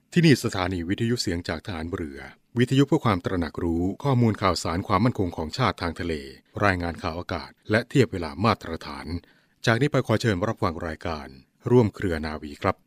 ที่นี่สถานีวิทยุเสียงจากทหารเรือวิทยุเพื่อความตระหนักรู้ข้อมูลข่าวสารความมั่นคงของชาติทางทะเลรายงานข่าวอากาศและเทียบเวลามาตรฐานจากนี้ไปขอเชิญรับฟังรายการร่วมเครือนาวีครับ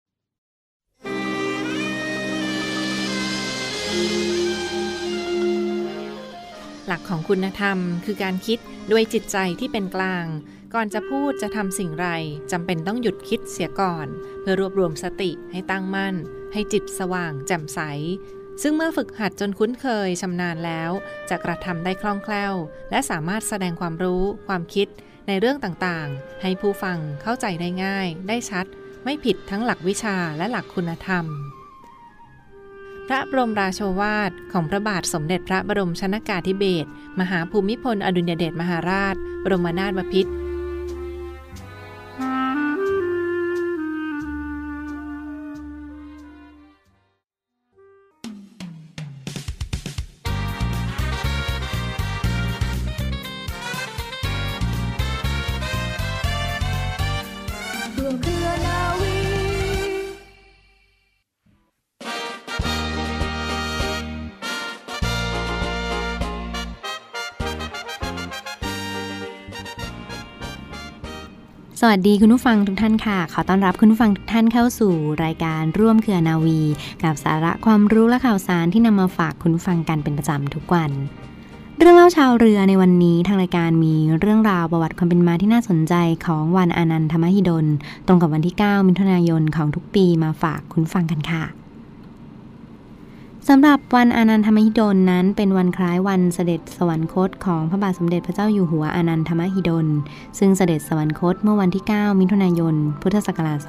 หลักของคุณธรรมคือการคิดด้วยจิตใจที่เป็นกลางก่อนจะพูดจะทำสิ่งไรจำเป็นต้องหยุดคิดเสียก่อนเพื่อรวบรวมสติให้ตั้งมั่นให้จิตสว่างแจ่มใสซึ่งเมื่อฝึกหัดจนคุ้นเคยชำนาญแล้วจะกระทำได้คล่องแคล่วและสามารถแสดงความรู้ความคิดในเรื่องต่างๆให้ผู้ฟังเข้าใจได้ง่ายได้ชัดไม่ผิดทั้งหลักวิชาและหลักคุณธรรมพระบรมราโชวาทของพระบาทสมเด็จพระบรมชนกาธิเบศรมหาภูมิพลอดุลยเดชมหาราชบรมนาถบพิตรสวัสดีคุณผู้ฟังทุกท่านค่ะขอต้อนรับคุณผู้ฟังทุกท่านเข้าสู่รายการร่วมเครือนาวีกับสาระความรู้และข่าวสารที่นำมาฝากคุณผู้ฟังกันเป็นประจำทุกวันเรื่องเล่าชาวเรือในวันนี้ทางรายการมีเรื่องราวประวัติความเป็นมาที่น่าสนใจของวันอานันทมหิดลตรงกับวันที่9มิถุนายนของทุกปีมาฝากคุณผู้ฟังกันค่ะสำหรับวันอานันทมหิดลนั้นเป็นวันคล้ายวันเสด็จสวรรคตของพระบาทสมเด็จพระเจ้าอยู่หัวอานันทมหิดลซึ่งเสด็จสวรรคตเมื่อวันที่9มิถุนายนพุทธศักราช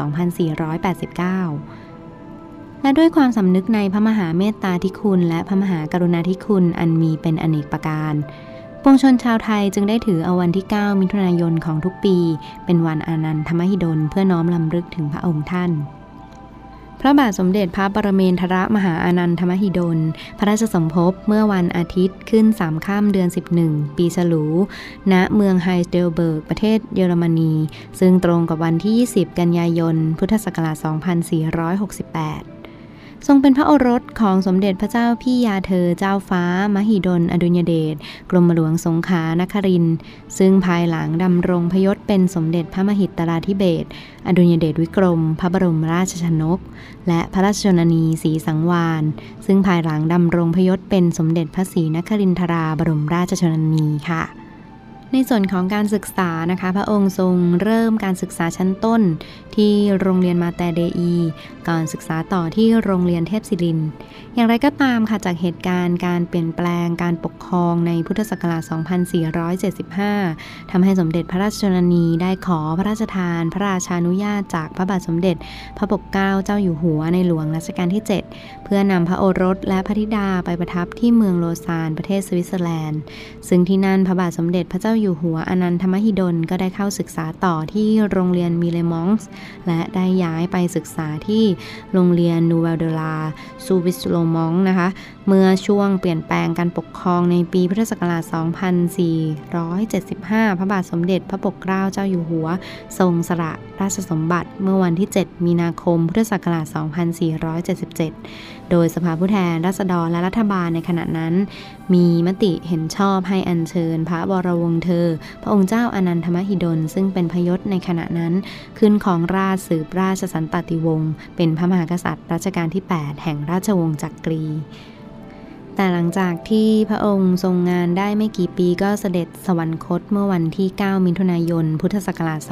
2489และด้วยความสำนึกในพระมหาเมตตาธิคุณและพระมหากรุณาธิคุณอันมีเป็นอเนกประการปวงชนชาวไทยจึงได้ถือเอาวันที่9มิถุนายนของทุกปีเป็นวันอานันทมหิดลเพื่อน้อมรำลึกถึงพระองค์ท่านพระบาทสมเด็จพระปรเมนทรมหาอานันทมหิดลพระราชสมภพเมื่อวันอาทิตย์ขึ้น3ค่ำเดือน11ปีฉลูณเมืองไฮสเดลเบิร์กประเทศเยอรมนีซึ่งตรงกับวันที่20กันยายนพุทธศักราช2468ทรงเป็นพระโอรสของสมเด็จพระเจ้าพี่ยาเธอเจ้าฟ้ามหิดลอดุลยเดชกรมหลวงสงขลานครินทร์ซึ่งภายหลังดำรงพยศเป็นสมเด็จพระมหิตราธิเบศรอดุลยเดชวิกรมพระบรมราชชนกและพระราชชนนีศรีสังวาลซึ่งภายหลังดำรงพยศเป็นสมเด็จพระศรีนครินทราบรมราชชนนีค่ะในส่วนของการศึกษานะคะพระองค์ทรงเริ่มการศึกษาชั้นต้นที่โรงเรียนมาแต่เดอีก่อนศึกษาต่อที่โรงเรียนเทพศิรินทร์อย่างไรก็ตามค่ะจากเหตุการณ์การเปลี่ยนแปลงการปกครองในพุทธศักราช2475ทำให้สมเด็จพระราชชนนีได้ขอพระราชทานพระราชานุญาตจากพระบาทสมเด็จพระปกเกล้าเจ้าอยู่หัวในหลวงรัชกาลที่7เพื่อนำพระโอรสและพระธิดาไปประทับที่เมืองโลซานประเทศสวิตเซอร์แลนด์ซึ่งที่นั่นพระบาทสมเด็จพระเจ้าอยู่หัวอานันทมหิดลก็ได้เข้าศึกษาต่อที่โรงเรียนมิเลมองส์และได้ย้ายไปศึกษาที่โรงเรียนนูเวลเดลาซูวิสโลมองนะคะเมื่อช่วงเปลี่ยนแปลงการปกครองในปีพุทธศักราช2475พระบาทสมเด็จพระปกเกล้าเจ้าอยู่หัวทรงสละราชสมบัติเมื่อวันที่7มีนาคมพุทธศักราช2477โดยสภาผู้แทนราษฎรและรัฐบาลในขณะนั้นมีมติเห็นชอบให้อัญเชิญพระวรวงศ์เธอพระองค์เจ้าอานันทมหิดลซึ่งเป็นพยศในขณะนั้นขึ้นครองราชย์สืบราชสันตติวงศ์เป็นพระมหากษัตริย์รัชกาลที่8แห่งราชวงศ์จักรีแต่หลังจากที่พระองค์ทรงงานได้ไม่กี่ปีก็เสด็จสวรรคตเมื่อวันที่9มิถุนายนพุทธศักราช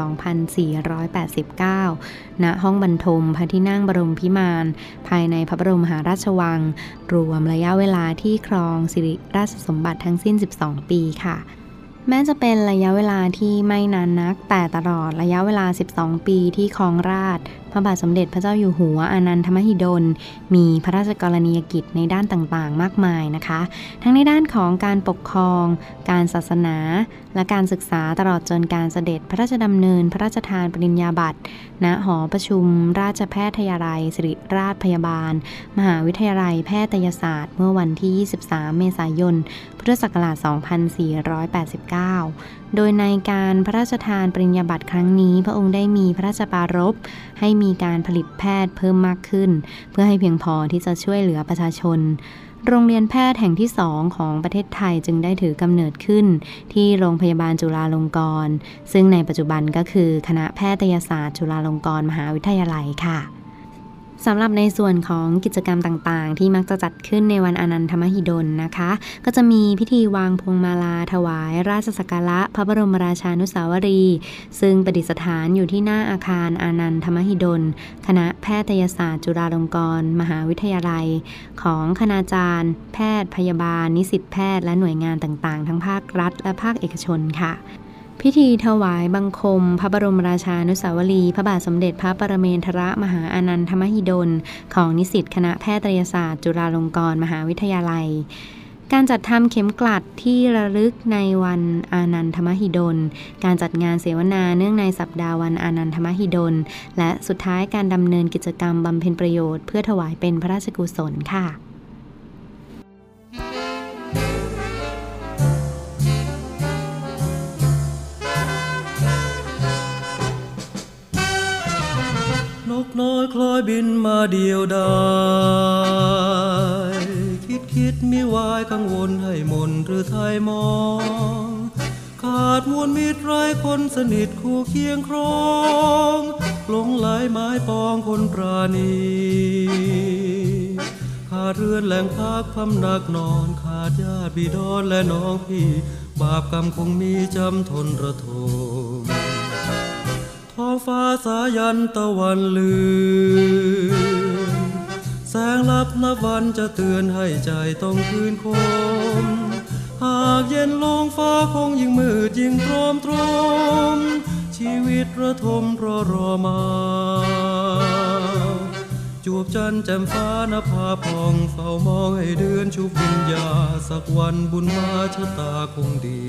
2489ณห้องบรรทมพระที่นั่งบรมพิมานภายในพระบรมมหาราชวังรวมระยะเวลาที่ครองสิริราชสมบัติทั้งสิ้น12ปีค่ะแม้จะเป็นระยะเวลาที่ไม่นานนักแต่ตลอดระยะเวลา12ปีที่ครองราชย์พระบาทสมเด็จพระเจ้าอยู่หัวอานันทมหิดลมีพระราชกรณียกิจในด้านต่างๆมากมายนะคะทั้งในด้านของการปกครองการศาสนาและการศึกษาตลอดจนการเสด็จพระราชดำเนินพระราชทานปริญญาบัตรณหอประชุมราชแพทยาลัยศิริราชพยาบาลมหาวิทยาลัยแพทยศาสตร์เมื่อวันที่23เมษายนพุทธศักราช2489 19โดยในการพระราชทานปริญญาบัตรครั้งนี้พระองค์ได้มีพระราชปรารภให้มีการผลิตแพทย์เพิ่มมากขึ้นเพื่อให้เพียงพอที่จะช่วยเหลือประชาชนโรงเรียนแพทย์แห่งที่2ของประเทศไทยจึงได้ถือกำเนิดขึ้นที่โรงพยาบาลจุฬาลงกรณ์ซึ่งในปัจจุบันก็คือคณะแพทยศาสตร์จุฬาลงกรณ์มหาวิทยาลัยค่ะสำหรับในส่วนของกิจกรรมต่างๆที่มักจะจัดขึ้นในวันอานันทมหิดลนะคะก็จะมีพิธีวางพวงมาลาถวายราชสักการะพระบรมราชานุสาวรีย์ซึ่งประดิษฐานอยู่ที่หน้าอาคารอานันทมหิดลคณะแพทยศาสตร์จุฬาลงกรณ์มหาวิทยาลัยของคณาจารย์แพทย์พยาบาลนิสิตแพทย์และหน่วยงานต่างๆทั้งภาครัฐและภาคเอกชนค่ะพิธีถวายบังคมพระบรมราชานุสาวรีย์พระบาทสมเด็จพระปรเมนทรมหาอานันทมหิดลของนิสิตคณะแพทยศาสตร์จุฬาลงกรณ์มหาวิทยาลัยการจัดทำเข็มกลัดที่ระลึกในวันอานันทมหิดลการจัดงานเสวนาเนื่องในสัปดาห์วันอานันทมหิดลและสุดท้ายการดำเนินกิจกรรมบำเพ็ญประโยชน์เพื่อถวายเป็นพระราชกุศลค่ะนกน้อยคล้อยบินมาเดียวดายคิดมิวายกังวลให้มนหรือไทยมองขาดมวลมิตรไร้คนสนิทคู่เคียงครองหลงไหลไม้ปองคนปราณีขาดเรือนแหล่งพักพำนักนอนขาดญาติบิดรและน้องพี่บาปกรรมคงมีจำทนระทมท้องฟ้าสายันตะวันลืมแสงลับนับวันจะเตือนให้ใจต้องคืนคมหากเย็นลงฟ้าคงยิ่งมืดยิ่งโทรมชีวิตระทมรอมาจวบจันทร์แจ่มฟ้านภาพองเฝ้ามองให้เดือนชุบวิญญาสักวันบุญมาชะตาคงดี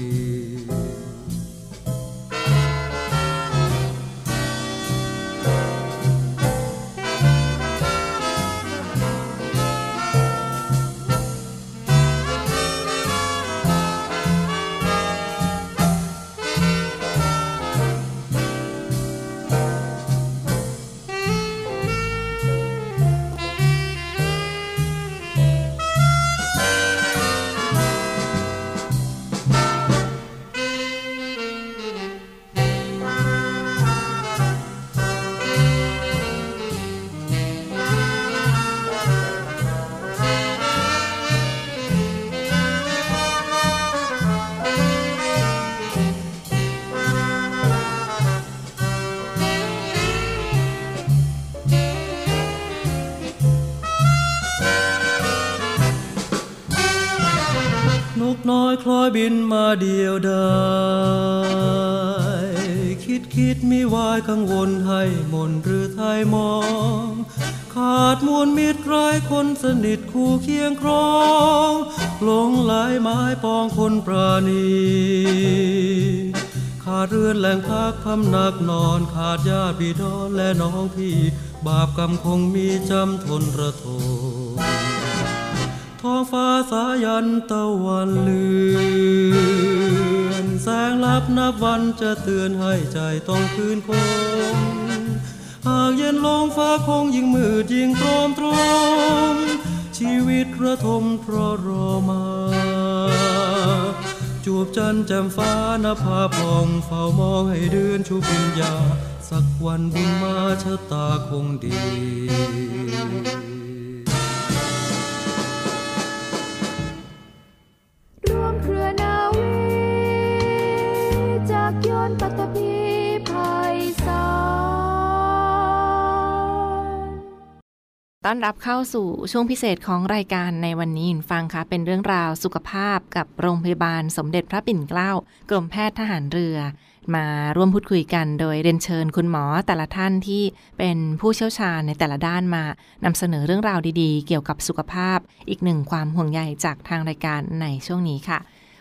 น้อยคล้อยบินมาเดียวดายคิดมิวายกังวลให้มนหรือไทยมองขาดมวลมิตรไร้คนสนิทคู่เคียงครองหลงไหลไม้ปองคนปราณีขาดเรือนแหล่งพักพำนักนอนขาดญาติบิดรและน้องพี่บาปกรรมคงมีจำทนระทมท้องฟ้าสายันตะวันเลือนแสงลับนับวันจะเตือนให้ใจต้องคืนคงหากเย็นลงฟ้าคงยิ่งมืดยิ่งโทรมชีวิตระทมเพราะรอมาจวบจันทร์แจ่มฟ้านภาพองเฝ้ามองให้เดือนชุบวิญญาสักวันบุญมาชะตาคงดีร่วมเครือนาวีจากยนต์ปัตตภีไพศาลต้อนรับเข้าสู่ช่วงพิเศษของรายการในวันนี้ฟังค่ะเป็นเรื่องราวสุขภาพกับโรงพยาบาลสมเด็จพระปิ่นเกล้ากรมแพทย์ทหารเรือมาร่วมพูดคุยกันโดยเรียนเชิญคุณหมอแต่ละท่านที่เป็นผู้เชี่ยวชาญในแต่ละด้านมานำเสนอเรื่องราวดีๆเกี่ยวกับสุขภาพอีกหนึ่งความห่วงใยจากทางรายการในช่วงนี้ค่ะ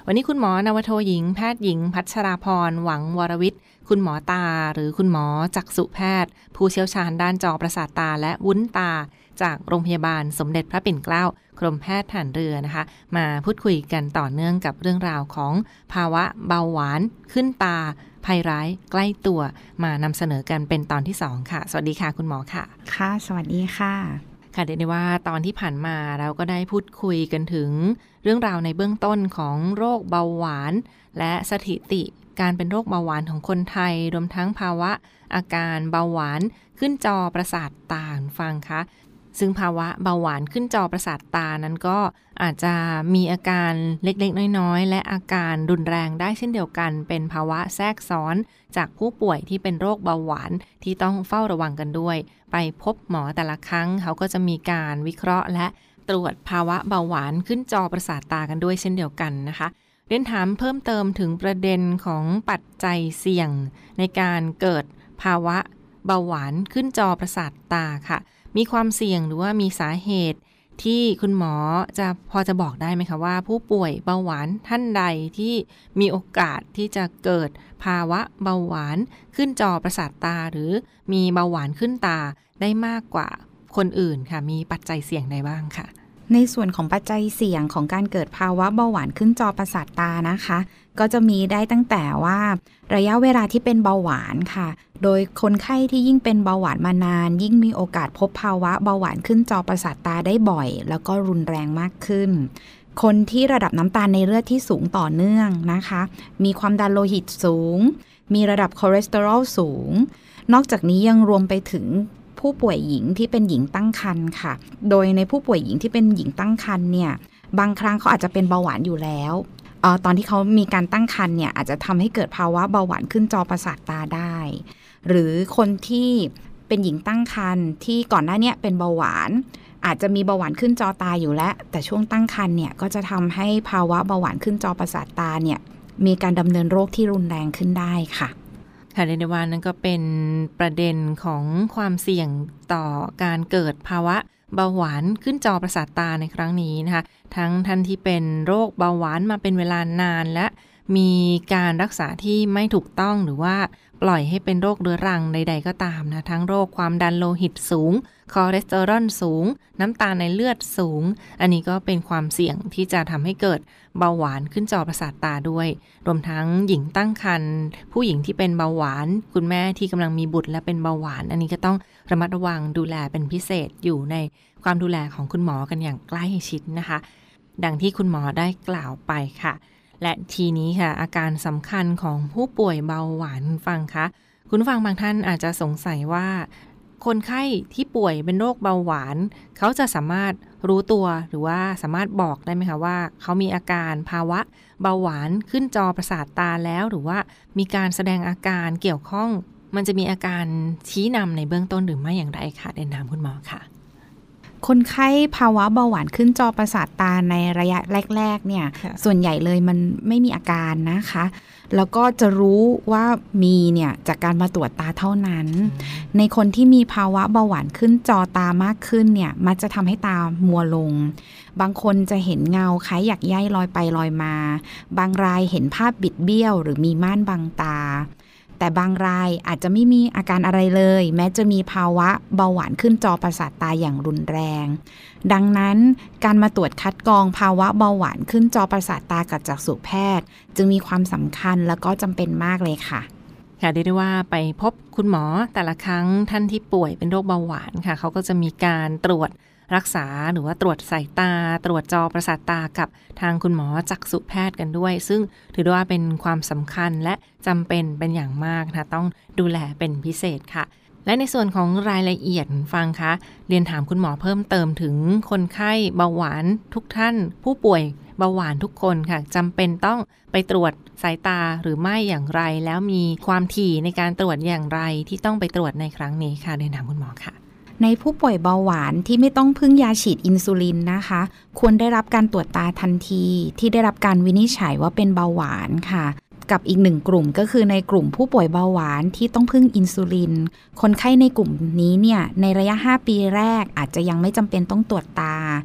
วันนี้คุณหมอนวโทหญิงแพทย์หญิงพัชราพรหวังวรวิทย์คุณหมอตาหรือคุณหมอจักษุแพทย์ผู้เชี่ยวชาญด้านจอประสาทตาและวุ้นตาจากโรงพยาบาลสมเด็จพระปิ่นเกล้ากรมแพทย์ทหารเรือนะคะมาพูดคุยกันต่อเนื่องกับเรื่องราวของภาวะเบาหวานขึ้นตาภัยร้ายใกล้ตัวมานำเสนอกันเป็นตอนที่2ค่ะสวัสดีค่ะคุณหมอค่ะค่ะสวัสดีค่ะค่ะเรียกได้ว่าตอนที่ผ่านมาเราก็ได้พูดคุยกันถึงเรื่องราวในเบื้องต้นของโรคเบาหวานและสถิติการเป็นโรคเบาหวานของคนไทยรวมทั้งภาวะอาการเบาหวานขึ้นจอประสาทตาฟังคะซึ่งภาวะเบาหวานขึ้นจอประสาทตานั้นก็อาจจะมีอาการเล็กๆน้อยๆและอาการรุนแรงได้เช่นเดียวกันเป็นภาวะแทรกซ้อนจากผู้ป่วยที่เป็นโรคเบาหวานที่ต้องเฝ้าระวังกันด้วยไปพบหมอแต่ละครั้งเขาก็จะมีการวิเคราะห์และตรวจภาวะเบาหวานขึ้นจอประสาทตากันด้วยเช่นเดียวกันนะคะเรียนถามเพิ่มเติมถึงประเด็นของปัจจัยเสี่ยงในการเกิดภาวะเบาหวานขึ้นจอประสาทตาค่ะมีความเสี่ยงหรือว่ามีสาเหตุที่คุณหมอพอจะบอกได้ไหมคะว่าผู้ป่วยเบาหวานท่านใดที่มีโอกาสที่จะเกิดภาวะเบาหวานขึ้นจอประสาทตาหรือมีเบาหวานขึ้นตาได้มากกว่าคนอื่นค่ะมีปัจจัยเสี่ยงใดบ้างค่ะในส่วนของปัจจัยเสี่ยงของการเกิดภาวะเบาหวานขึ้นจอประสาทตานะคะก็จะมีได้ตั้งแต่ว่าระยะเวลาที่เป็นเบาหวานค่ะโดยคนไข้ที่ยิ่งเป็นเบาหวานมานานยิ่งมีโอกาสพบภาวะเบาหวานขึ้นจอประสาทตาได้บ่อยแล้วก็รุนแรงมากขึ้นคนที่ระดับน้ำตาลในเลือดที่สูงต่อเนื่องนะคะมีความดันโลหิตสูงมีระดับคอเลสเตอรอลสูงนอกจากนี้ยังรวมไปถึงผู้ป่วยหญิงที่เป็นหญิงตั้งครรภ์ค่ะโดยในผู้ป่วยหญิงที่เป็นหญิงตั้งครรภ์เนี่ยบางครั้งเขาอาจจะเป็นเบาหวานอยู่แล้วตอนที่เขามีการตั้งครรภ์เนี่ยอาจจะทำให้เกิดภาวะเบาหวานขึ้นจอประสาทตาได้หรือคนที่เป็นหญิงตั้งครรภ์ที่ก่อนหน้านี้เป็นเบาหวานอาจจะมีเบาหวานขึ้นจอตาอยู่แล้วแต่ช่วงตั้งครรภ์เนี่ยก็จะทำให้ภาวะเบาหวานขึ้นจอประสาทตาเนี่ยมีการดำเนินโรคที่รุนแรงขึ้นได้ค่ะค่ะเรียกได้ว่านั่นก็เป็นประเด็นของความเสี่ยงต่อการเกิดภาวะเบาหวานขึ้นจอประสาทตาในครั้งนี้นะคะทั้งท่านที่เป็นโรคเบาหวานมาเป็นเวลานานและมีการรักษาที่ไม่ถูกต้องหรือว่าปล่อยให้เป็นโรคเรื้อรังใดๆก็ตามนะทั้งโรคความดันโลหิตสูงคอเลสเตอรอลสูงน้ำตาลในเลือดสูงอันนี้ก็เป็นความเสี่ยงที่จะทำให้เกิดเบาหวานขึ้นจอประสาทตาด้วยรวมทั้งหญิงตั้งครรภ์ผู้หญิงที่เป็นเบาหวานคุณแม่ที่กำลังมีบุตรและเป็นเบาหวานอันนี้ก็ต้องระมัดระวังดูแลเป็นพิเศษอยู่ในความดูแลของคุณหมอกันอย่างใกล้ชิดนะคะดังที่คุณหมอได้กล่าวไปค่ะและทีนี้ค่ะอาการสำคัญของผู้ป่วยเบาหวานฟังคะคุณฟังบางท่านอาจจะสงสัยว่าคนไข้ที่ป่วยเป็นโรคเบาหวานเขาจะสามารถรู้ตัวหรือว่าสามารถบอกได้ไหมคะว่าเขามีอาการภาวะเบาหวานขึ้นจอประสาทตาแล้วหรือว่ามีการแสดงอาการเกี่ยวข้องมันจะมีอาการชี้นำในเบื้องต้นหรือไม่อย่างไรคะเรียนถามคุณหมอค่ะคนไข้ภาวะเบาหวานขึ้นจอประสาทตาในระยะแรกๆเนี่ยส่วนใหญ่เลยมันไม่มีอาการนะคะแล้วก็จะรู้ว่ามีเนี่ยจากการมาตรวจตาเท่านั้นในคนที่มีภาวะเบาหวานขึ้นจอตามากขึ้นเนี่ยมันจะทำให้ตามัวลงบางคนจะเห็นเงาคล้ายหยักใยลอยไปลอยมาบางรายเห็นภาพบิดเบี้ยวหรือมีม่านบังตาแต่บางรายอาจจะไม่มีอาการอะไรเลยแม้จะมีภาวะเบาหวานขึ้นจอประสาทตาอย่างรุนแรงดังนั้นการมาตรวจคัดกรองภาวะเบาหวานขึ้นจอประสาทตากับจักษุแพทย์จึงมีความสำคัญและก็จำเป็นมากเลยค่ะค่ะเรียกได้ว่าไปพบคุณหมอแต่ละครั้งท่านที่ป่วยเป็นโรคเบาหวานค่ะเขาก็จะมีการตรวจรักษาหรือว่าตรวจสายตาตรวจจอประสาทตากับทางคุณหมอจักษุแพทย์กันด้วยซึ่งถือว่าเป็นความสำคัญและจำเป็นอย่างมากนะต้องดูแลเป็นพิเศษค่ะและในส่วนของรายละเอียดฟังคะเรียนถามคุณหมอเพิ่มเติมถึงคนไข้เบาหวานทุกท่านผู้ป่วยเบาหวานทุกคนค่ะจำเป็นต้องไปตรวจสายตาหรือไม่อย่างไรแล้วมีความถี่ในการตรวจอย่างไรที่ต้องไปตรวจในครั้งนี้ค่ะเรียนถามคุณหมอค่ะในผู้ป่วยเบาหวานที่ไม่ต้องพึ่งยาฉีดอินซูลินนะคะควรได้รับการตรวจตาทันทีที่ได้รับการวินิจฉัยว่าเป็นเบาหวานค่ะกับอีกหนึ่งกลุ่มก็คือในกลุ่มผู้ป่วยเบาหวานที่ต้องพึ่งอินซูลินคนไข้ในกลุ่มนี้เนี่ยในระยะ5 ปีแรกอาจจะยังไม่จำเป็นต้องตรวจตา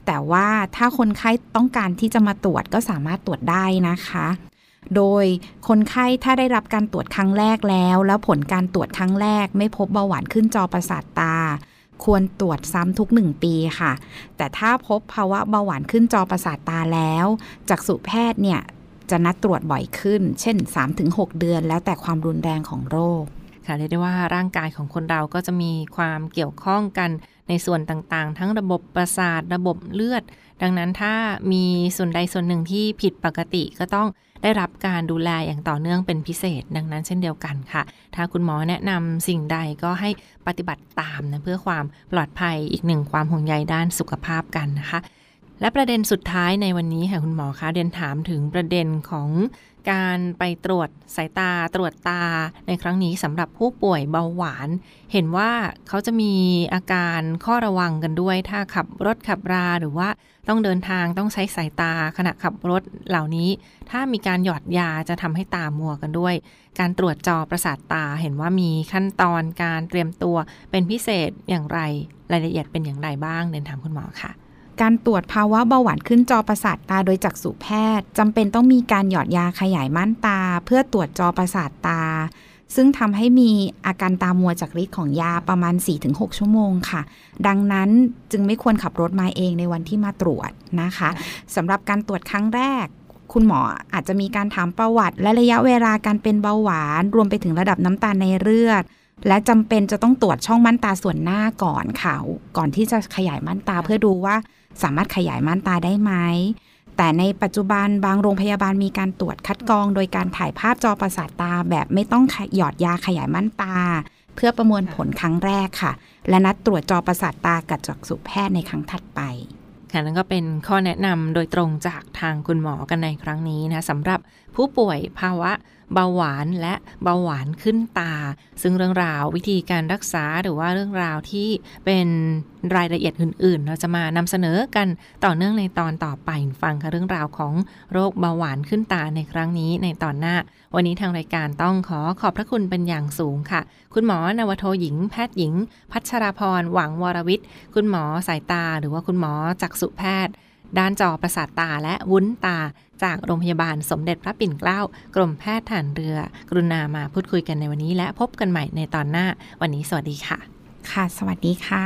แต่ว่าถ้าคนไข้ต้องการที่จะมาตรวจก็สามารถตรวจได้นะคะโดยคนไข้ถ้าได้รับการตรวจครั้งแรกแล้วผลการตรวจครั้งแรกไม่พบเบาหวานขึ้นจอประสาทตาควรตรวจซ้ำทุก1 ปีค่ะแต่ถ้าพบภาวะเบาหวานขึ้นจอประสาทตาแล้วจักษุแพทย์เนี่ยจะนัดตรวจบ่อยขึ้นเช่น 3-6 เดือนแล้วแต่ความรุนแรงของโรคค่ะเรียกได้ว่าร่างกายของคนเราก็จะมีความเกี่ยวข้องกันในส่วนต่างๆทั้งระบบประสาทระบบเลือดดังนั้นถ้ามีส่วนใดส่วนหนึ่งที่ผิดปกติก็ต้องได้รับการดูแลอย่างต่อเนื่องเป็นพิเศษดังนั้นเช่นเดียวกันค่ะถ้าคุณหมอแนะนำสิ่งใดก็ให้ปฏิบัติตามนะเพื่อความปลอดภัยอีกหนึ่งความห่วงใยด้านสุขภาพกันนะคะและประเด็นสุดท้ายในวันนี้ค่ะคุณหมอคะเรียนถามถึงประเด็นของการไปตรวจสายตาตรวจตาในครั้งนี้สำหรับผู้ป่วยเบาหวานเห็นว่าเขาจะมีอาการข้อระวังกันด้วยถ้าขับรถขับราหรือว่าต้องเดินทางต้องใช้สายตาขณะขับรถเหล่านี้ถ้ามีการหยอดยาจะทำให้ตามัวกันด้วยการตรวจจอประสาทตาเห็นว่ามีขั้นตอนการเตรียมตัวเป็นพิเศษอย่างไรรายละเอียดเป็นอย่างไรบ้างเรียนถามคุณหมอค่ะการตรวจภาวะเบาหวานขึ้นจอประสาทตาโดยจักษุแพทย์จำเป็นต้องมีการหยอดยาขยายม่านตาเพื่อตรวจจอประสาทตาซึ่งทำให้มีอาการตามัวจากฤทธิ์ของยาประมาณ 4-6 ชั่วโมงค่ะดังนั้นจึงไม่ควรขับรถมาเองในวันที่มาตรวจนะคะสำหรับการตรวจครั้งแรกคุณหมออาจจะมีการถามประวัติและระยะเวลาการเป็นเบาหวานรวมไปถึงระดับน้ำตาลในเลือดและจำเป็นจะต้องตรวจช่องม่านตาส่วนหน้าก่อนค่ะก่อนที่จะขยายม่านตาเพื่อดูว่าสามารถขยายม่านตาได้ไหมแต่ในปัจจุบันบางโรงพยาบาลมีการตรวจคัดกรองโดยการถ่ายภาพจอประสาทตาแบบไม่ต้องหยอดยาขยายม่านตาเพื่อประมวลผลครั้งแรกค่ะและนัดตรวจจอประสาทตากับจักษุแพทย์ในครั้งถัดไปค่ะนั่นก็เป็นข้อแนะนำโดยตรงจากทางคุณหมอกันในครั้งนี้นะสำหรับผู้ป่วยภาวะเบาหวานและเบาหวานขึ้นตาซึ่งเรื่องราววิธีการรักษาหรือว่าเรื่องราวที่เป็นรายละเอียดอื่นๆเราจะมานำเสนอกันต่อเนื่องในตอนต่อไปฟังค่ะเรื่องราวของโรคเบาหวานขึ้นตาในครั้งนี้ในตอนหน้าวันนี้ทางรายการต้องขอบพระคุณเป็นอย่างสูงค่ะคุณหมอนวโทหญิงแพทย์หญิงพัชราพรหวังวรวิทย์คุณหมอสายตาหรือว่าคุณหมอจักษุแพทย์ด้านจอประสาทตาและวุ้นตาจากโรงพยาบาลสมเด็จพระปิ่นเกล้ากรมแพทย์ทหารเรือกรุณามาพูดคุยกันในวันนี้และพบกันใหม่ในตอนหน้าวันนี้สวัสดีค่ะค่ะสวัสดีค่ะ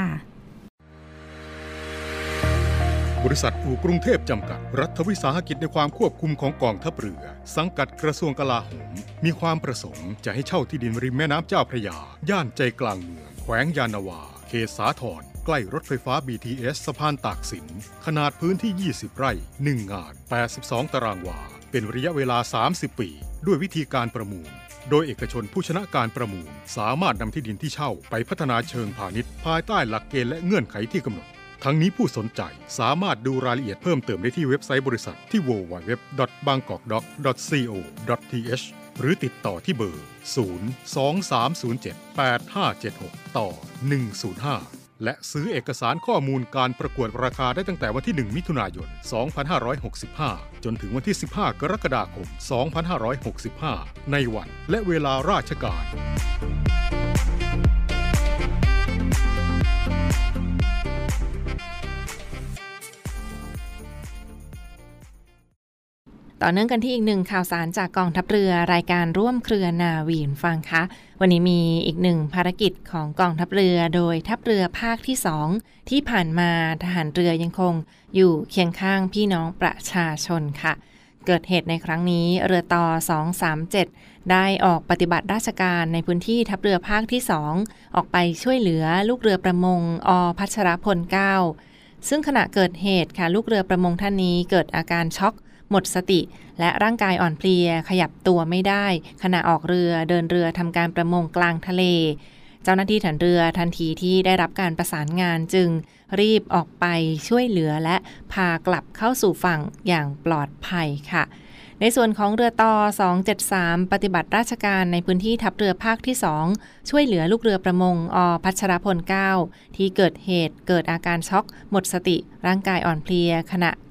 บริษัทอู่กรุงเทพจำกัดรัฐวิสาหกิจในความควบคุมของกองทัพเรือสังกัดกระทรวงกลาโหมมีความประสงค์จะให้เช่าที่ดินริมแม่น้ำเจ้าพระยาย่านใจกลางเมืองแขวงยานนาวาเขตสาทรใกล้รถไฟฟ้า BTS สะพานตากสินขนาดพื้นที่20 ไร่1 งาน82 ตารางวาเป็นระยะเวลา30 ปีด้วยวิธีการประมูลโดยเอกชนผู้ชนะการประมูลสามารถนำที่ดินที่เช่าไปพัฒนาเชิงพาณิชย์ภายใต้หลักเกณฑ์และเงื่อนไขที่กำหนดทั้งนี้ผู้สนใจสามารถดูรายละเอียดเพิ่มเติมได้ที่เว็บไซต์บริษัทที่ www.bangkokdock.co.th หรือติดต่อที่เบอร์ 023078576 ต่อ 105 และซื้อเอกสารข้อมูลการประกวดราคาได้ตั้งแต่วันที่ 1 มิถุนายน 2565 จนถึงวันที่ 15 กรกฎาคม 2565 ในวันและเวลาราชการต่อเนื่องกันที่อีกหนึ่งข่าวสารจากกองทัพเรือรายการร่วมเครือนาวีฟังคะวันนี้มีอีกหนึ่งภารกิจของกองทัพเรือโดยทัพเรือภาคที่2ที่ผ่านมาทหารเรือยังคงอยู่เคียงข้างพี่น้องประชาชนค่ะเกิดเหตุในครั้งนี้เรือต่อ237ได้ออกปฏิบัติราชการในพื้นที่ทัพเรือภาคที่2ออกไปช่วยเหลือลูกเรือประมงพัชรพล 9ซึ่งขณะเกิดเหตุค่ะลูกเรือประมงท่านนี้เกิดอาการช็อกหมดสติและร่างกายอ่อนเพลียขยับตัวไม่ได้ขณะออกเรือเดินเรือทำการประมงกลางทะเลเจ้าหน้าที่ฐานเรือทันทีที่ได้รับการประสานงานจึงรีบออกไปช่วยเหลือและพากลับเข้าสู่ฝั่งอย่างปลอดภัยค่ะในส่วนของเรือต่อ273ปฏิบัติราชการในพื้นที่ทัพเรือภาคที่2ช่วยเหลือลูกเรือประมงพัชรพล 9ที่เกิดเหตุเกิดอาการช็อกหมดสติร่างกายอ่อนเพลียขณะ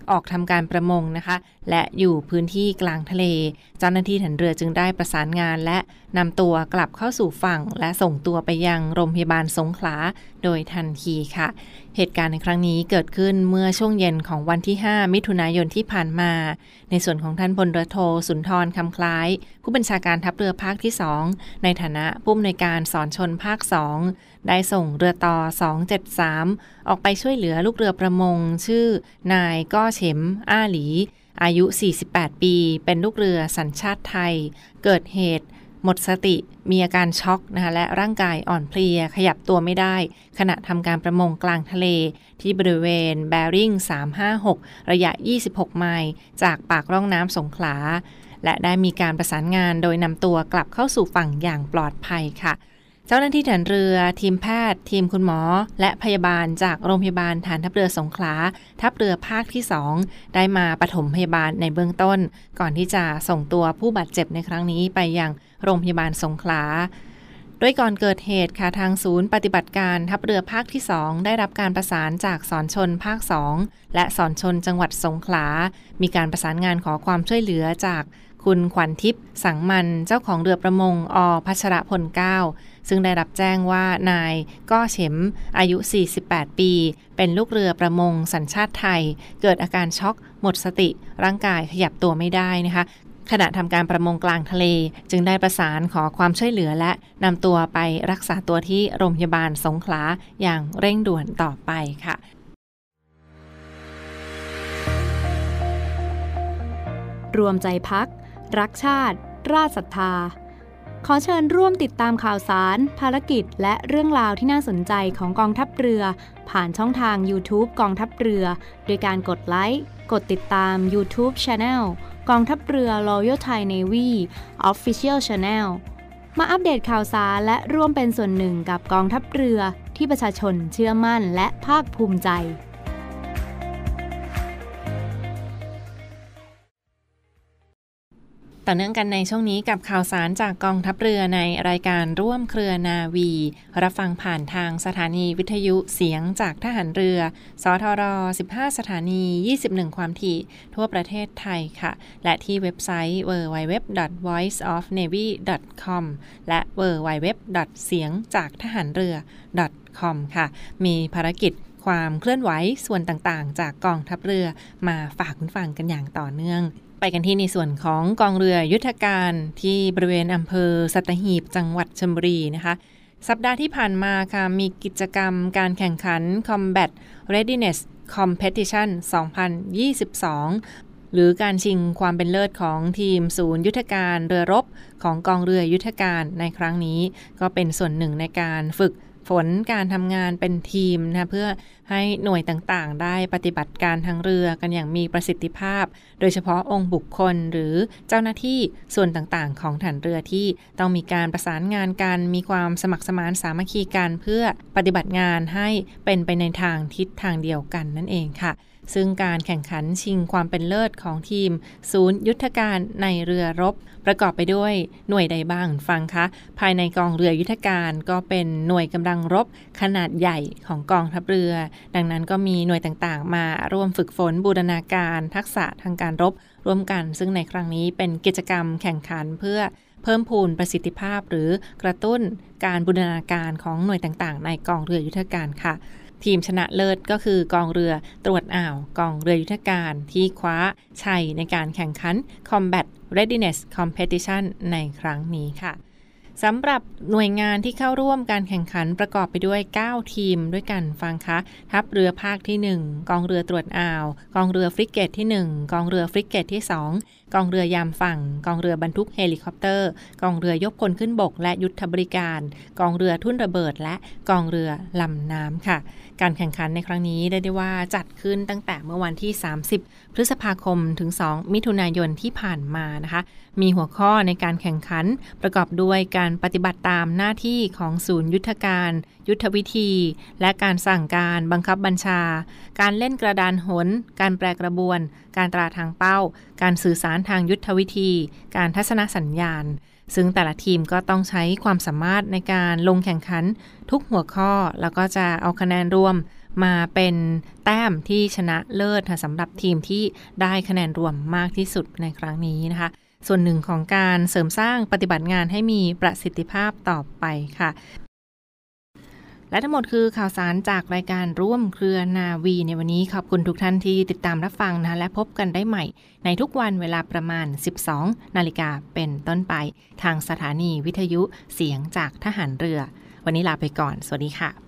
ออกทำการประมงนะคะและอยู่พื้นที่กลางทะเลเจ้าหน้าที่ฐานเรือจึงได้ประสานงานและนำตัวกลับเข้าสู่ฝั่งและส่งตัวไปยังโรงพยาบาลสงขลาโดยทันทีค่ะเหตุการณ์ในครั้งนี้เกิดขึ้นเมื่อช่วงเย็นของวันที่5มิถุนายนที่ผ่านมาในส่วนของท่านพลเรือโทสุนทรคำคล้ายผู้บัญชาการทัพเรือภาคที่2ในฐานะผู้อำนวยการสอนชนภาค2ได้ส่งเรือต่อ273ออกไปช่วยเหลือลูกเรือประมงชื่อนายก้อเฉมอ้าหลีอายุ48ปีเป็นลูกเรือสัญชาติไทยเกิดเหตุหมดสติมีอาการช็อกนะคะและร่างกายอ่อนเพลียขยับตัวไม่ได้ขณะทำการประมงกลางทะเลที่บริเวณแบริ่ง356ระยะ26ไมล์จากปากร่องน้ำสงขลาและได้มีการประสานงานโดยนำตัวกลับเข้าสู่ฝั่งอย่างปลอดภัยค่ะเจ้าหน้าที่ฐานเรือทีมแพทย์ทีมคุณหมอและพยาบาลจากโรงพยาบาลฐานทัพเรือสงขลาทัพเรือภาคที่2ได้มาปฐมพยาบาลในเบื้องต้นก่อนที่จะส่งตัวผู้บาดเจ็บในครั้งนี้ไปยังโรงพยาบาลสงขลาโดยก่อนเกิดเหตุค่ะทางศูนย์ปฏิบัติการทัพเรือภาคที่2ได้รับการประสานจากสอนชนภาค2และสอนชนจังหวัดสงขลามีการประสานงานขอความช่วยเหลือจากคุณขวัญทิพย์สังมันเจ้าของเรือประมงพัชรพล9ซึ่งได้รับแจ้งว่านายก้อเฉมอายุ48ปีเป็นลูกเรือประมงสัญชาติไทยเกิดอาการช็อกหมดสติร่างกายขยับตัวไม่ได้นะคะขณะทำการประมงกลางทะเลจึงได้ประสานขอความช่วยเหลือและนำตัวไปรักษาตัวที่โรงพยาบาลสงขลาอย่างเร่งด่วนต่อไปค่ะรวมใจพักรักชาติราชศรัทธาขอเชิญร่วมติดตามข่าวสารภารกิจและเรื่องราวที่น่าสนใจของกองทัพเรือผ่านช่องทาง YouTube กองทัพเรือโดยการกดไลค์กดติดตาม YouTube Channel กองทัพเรือ Royal Thai Navy Official Channel มาอัปเดตข่าวสารและร่วมเป็นส่วนหนึ่งกับกองทัพเรือที่ประชาชนเชื่อมั่นและภาคภูมิใจต่อเนื่องกันในช่วงนี้กับข่าวสารจากกองทัพเรือในรายการร่วมเครือนาวีรับฟังผ่านทางสถานีวิทยุเสียงจากทหารเรือสทร15สถานี21ความถี่ทั่วประเทศไทยค่ะและที่เว็บไซต์ www.voiceofnavy.com และ www.xiengjaktahanreu.com ค่ะมีภารกิจความเคลื่อนไหวส่วนต่างๆจากกองทัพเรือมาฝากคุณฟังกันอย่างต่อเนื่องไปกันที่ในส่วนของกองเรือยุทธการที่บริเวณอำเภอสัตหีบจังหวัดชลบุรีนะคะสัปดาห์ที่ผ่านมาค่ะมีกิจกรรมการแข่งขัน Combat Readiness Competition 2022 หรือการชิงความเป็นเลิศของทีมศูนย์ยุทธการเรือรบของกองเรือยุทธการในครั้งนี้ก็เป็นส่วนหนึ่งในการฝึกฝนการทำงานเป็นทีมนะเพื่อให้หน่วยต่างๆได้ปฏิบัติการทางเรือกันอย่างมีประสิทธิภาพโดยเฉพาะองค์บุคคลหรือเจ้าหน้าที่ส่วนต่างๆของฐานเรือที่ต้องมีการประสานงานกันมีความสมัครสมานสามัคคีกันเพื่อปฏิบัติงานให้เป็นไปในทางทิศทางเดียวกันนั่นเองค่ะซึ่งการแข่งขันชิงความเป็นเลิศของทีมศูนย์ยุทธการในเรือรบประกอบไปด้วยหน่วยใดบ้างฟังคะภายในกองเรือยุทธการก็เป็นหน่วยกำลังรบขนาดใหญ่ของกองทัพเรือดังนั้นก็มีหน่วยต่างๆมาร่วมฝึกฝนบูรณาการทักษะทางการรบร่วมกันซึ่งในครั้งนี้เป็นกิจกรรมแข่งขันเพื่อเพิ่มพูนประสิทธิภาพหรือกระตุ้นการบูรณาการของหน่วยต่างๆในกองเรือยุทธการค่ะทีมชนะเลิศก็คือกองเรือตรวจอ่าวกองเรือยุทธการที่คว้าชัยในการแข่งขัน Combat Readiness Competition ในครั้งนี้ค่ะสำหรับหน่วยงานที่เข้าร่วมการแข่งขันประกอบไปด้วย9ทีมด้วยกันฟังคะทัพเรือภาคที่1กองเรือตรวจอ่าวกองเรือฟริเกตที่1กองเรือฟริเกตที่2กองเรือยามฝั่งกองเรือบรรทุกเฮลิคอปเตอร์กองเรือยกพลขึ้นบกและยุทธบริการกองเรือทุ่นระเบิดและกองเรือลำน้ำค่ะการแข่งขันในครั้งนี้ได้ว่าจัดขึ้นตั้งแต่เมื่อวันที่30พฤษภาคมถึง2มิถุนายนที่ผ่านมานะคะมีหัวข้อในการแข่งขันประกอบด้วยการปฏิบัติตามหน้าที่ของศูนย์ยุทธการยุทธวิธีและการสั่งการบังคับบัญชาการเล่นกระดานหนการแปรกระบวนการตราทางเป้าการสื่อสารทางยุทธวิธีการทัศนสัญญาณซึ่งแต่ละทีมก็ต้องใช้ความสามารถในการลงแข่งขันทุกหัวข้อแล้วก็จะเอาคะแนนรวมมาเป็นแต้มที่ชนะเลิศค่ะสำหรับทีมที่ได้คะแนนรวมมากที่สุดในครั้งนี้นะคะส่วนหนึ่งของการเสริมสร้างปฏิบัติงานให้มีประสิทธิภาพต่อไปค่ะและทั้งหมดคือข่าวสารจากรายการร่วมเครือนาวีในวันนี้ขอบคุณทุกท่านที่ติดตามรับฟังนะคะและพบกันได้ใหม่ในทุกวันเวลาประมาณ 12 นาฬิกาเป็นต้นไปทางสถานีวิทยุเสียงจากทหารเรือวันนี้ลาไปก่อนสวัสดีค่ะ